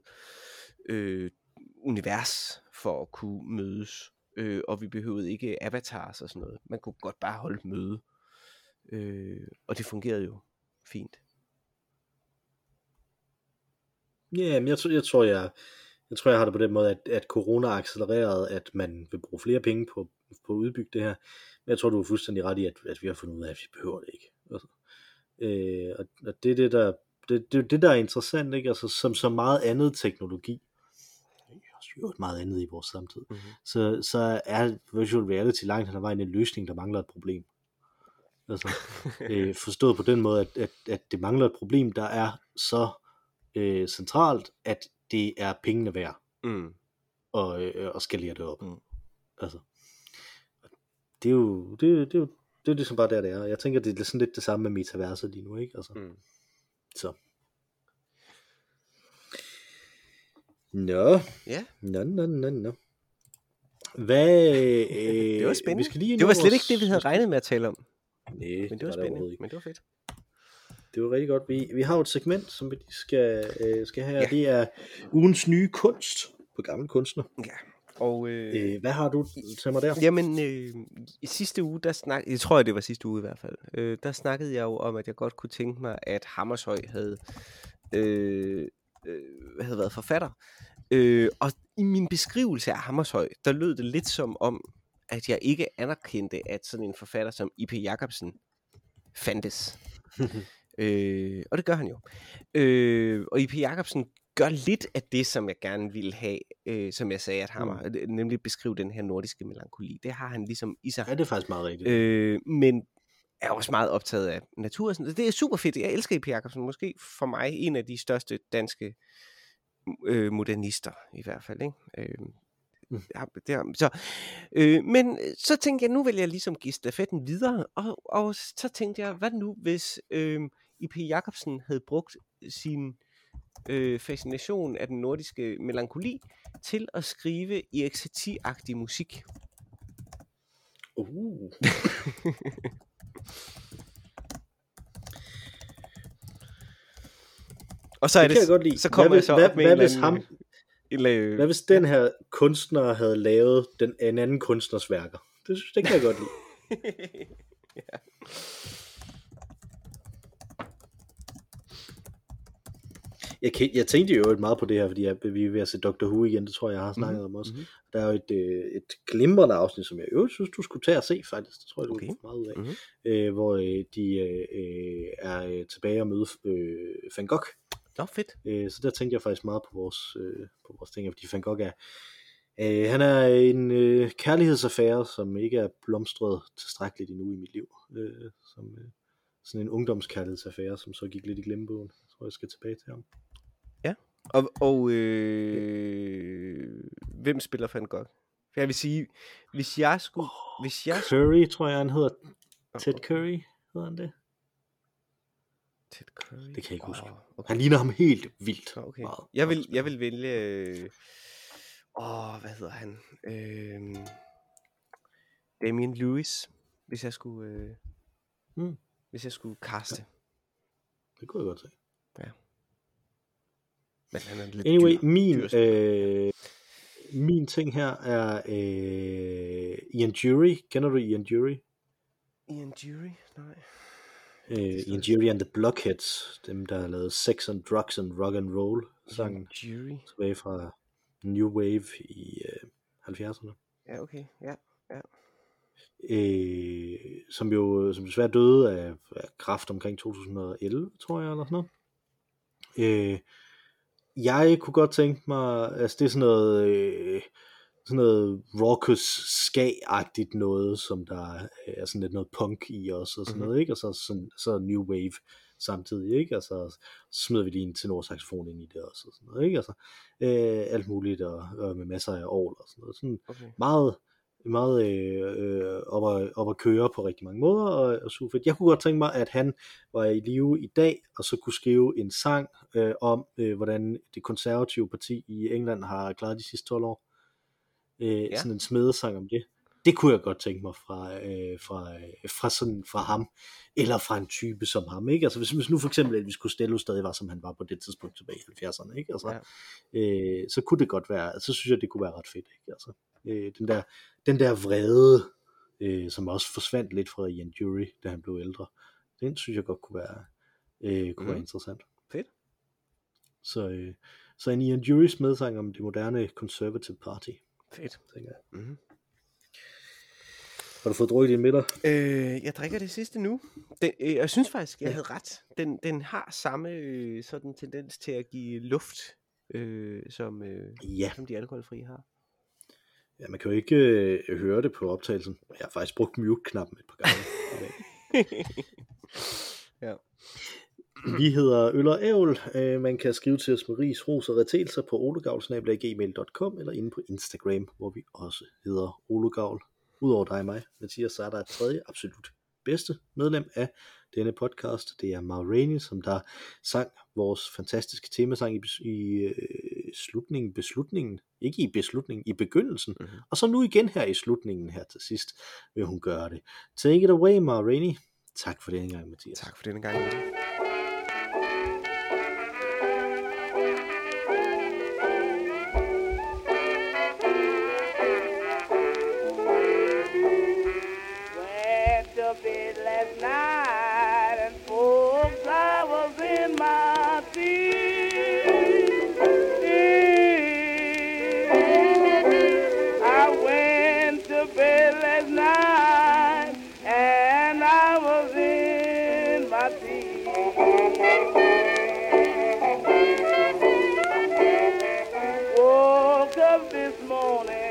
univers for at kunne mødes. Og vi behøvede ikke avatars og sådan noget. Man kunne godt bare holde et møde. Og det fungerede jo fint. Ja, men jeg tror, jeg har det på den måde, at corona accelererede, at man vil bruge flere penge på at udbygge det her. Men jeg tror, du er fuldstændig ret i, at vi har fundet ud af, at vi behøver det ikke. Altså, og det er det, der er interessant, ikke? Altså, som så meget andet teknologi, jo meget andet i vores samtid, så er virtual reality langt hen ad vejen en løsning, der mangler et problem. Altså, forstået på den måde, at det mangler et problem, der er så centralt, at det er pengene værd og skalere det op. Altså, det er jo det er ligesom bare der det er. Jeg tænker, det er sådan lidt det samme med metaverset lige nu, ikke? Altså, så. Nå. Ja. Nå. Hvad? Det var spændende. Vi skal lige det var slet ikke det, vi havde regnet med at tale om. Nej, men det var spændende. Men det var fedt. Det var rigtig godt. Vi har jo et segment, som vi skal have, og det er ugens nye kunst på Gammel Kunstner. Ja. Og hvad har du til mig der? Jamen, i sidste uge, jeg tror, det var sidste uge i hvert fald, der snakkede jeg jo om, at jeg godt kunne tænke mig, at Hammershøi havde været forfatter. Og i min beskrivelse af Hammershøi, der lød det lidt som om, at jeg ikke anerkendte, at sådan en forfatter som I.P. Jacobsen fandtes. Og det gør han jo. Og I.P. Jacobsen gør lidt af det, som jeg gerne ville have, som jeg sagde, at Hammer, nemlig beskrive den her nordiske melankoli. Det har han ligesom i sig. Ja, det er faktisk meget rigtigt. Men er også meget optaget af natur. Det er super fedt. Jeg elsker I.P. Jacobsen. Måske for mig en af de største danske modernister, i hvert fald. Ikke? Men så tænkte jeg, nu vil jeg ligesom give stafetten videre, og så tænkte jeg, hvad nu hvis I.P. Jacobsen havde brugt sin fascination af den nordiske melankoli til at skrive Erik-Satie-agtig musik. Og så er det, så kommer jeg så op med hvad hvis den her kunstner havde lavet en anden kunstners værker? Det kan jeg godt lide. Ja. Jeg tænkte jo meget på det her, fordi vi er ved at se Dr. Who igen, det tror jeg har snakket om også. Der er jo et glimrende afsnit, som jeg synes, du skulle tage og se faktisk. Det tror jeg, du kunne få meget ud af. Hvor de er tilbage og møde Van Gogh. Fedt. Så der tænkte jeg faktisk meget på vores ting, fordi Van Gogh han er en kærlighedsaffære, som ikke er blomstret tilstrækkeligt endnu i mit liv. Som sådan en ungdomskærlighedsaffære, som så gik lidt i glemmebogen. Jeg tror, jeg skal tilbage til ham. Ja, og hvem spiller Van Gogh? For jeg vil sige, hvis jeg skulle... Curry, tror jeg, han hedder. Ted Curry, hedder han det? Ted Curry? Det kan jeg ikke huske. Okay. Han ligner ham helt vildt meget. Jeg vil vælge... hvad hedder han? Damien Lewis. hvis jeg skulle, hvis jeg skulle kaste. Det kunne jeg godt se. Ja. Men han er lidt Anyway, dyr. min ting her er Ian Jury. Kender du Ian Jury? Ian Jury? Nej. Ian Jury and the Blockheads. Dem, der har lavet Sex and Drugs and Rock and Roll sangen. Jury. Tilbage fra New Wave i 70'erne. Ja, okay. Ja. Som desværre døde af kræft omkring 2011, tror jeg, eller sådan noget. Jeg kunne godt tænke mig, altså det er sådan noget raucous ska-agtigt noget, som der er sådan lidt noget punk i også, og sådan noget, ikke? Og så New Wave samtidig, ikke? Og så smider vi lige en tenorsaxofon ind i det også, og sådan noget, ikke? Altså, alt muligt, og med masser af orgel og sådan noget. Sådan meget op at køre på rigtig mange måder, og super fedt. Jeg kunne godt tænke mig, at han var i live i dag, og så kunne skrive en sang om, hvordan det konservative parti i England har klaret de sidste 12 år. Sådan en smedesang om det. Det kunne jeg godt tænke mig fra ham, eller fra en type som ham, ikke? Altså hvis nu for eksempel, at vi skulle stille stadig var, som han var på det tidspunkt tilbage i 70'erne, ikke? Altså, så kunne det godt være, så synes jeg, det kunne være ret fedt, ikke? Altså, den der vrede, som også forsvandt lidt fra Ian Jury, da han blev ældre, den synes jeg godt kunne være interessant. Fedt. Så en Ian Jury's medsang om det moderne Conservative Party. Fedt. Tænker jeg. Har du fået drukket din middag? Jeg drikker det sidste nu. Jeg synes faktisk, jeg havde ret. Den har samme sådan tendens til at give luft, som de alkoholfri har. Ja, man kan jo ikke høre det på optagelsen. Jeg har faktisk brugt mute-knappen et par gange. Ja. Vi hedder Øl og Ævl. Man kan skrive til os med ris, ros og retelser på olegavl@gmail.com eller inde på Instagram, hvor vi også hedder Olegavl. Udover dig og mig, Mathias, så er der et tredje absolut bedste medlem af denne podcast. Det er Maureen, som der sang vores fantastiske temasang i beslutningen, ikke i beslutningen, i begyndelsen, og så nu igen her i slutningen her til sidst vil hun gøre det. Take it away, Maureen. Tak for denne gang, Mathias. Tak for denne gang, Mathias. Woke up this morning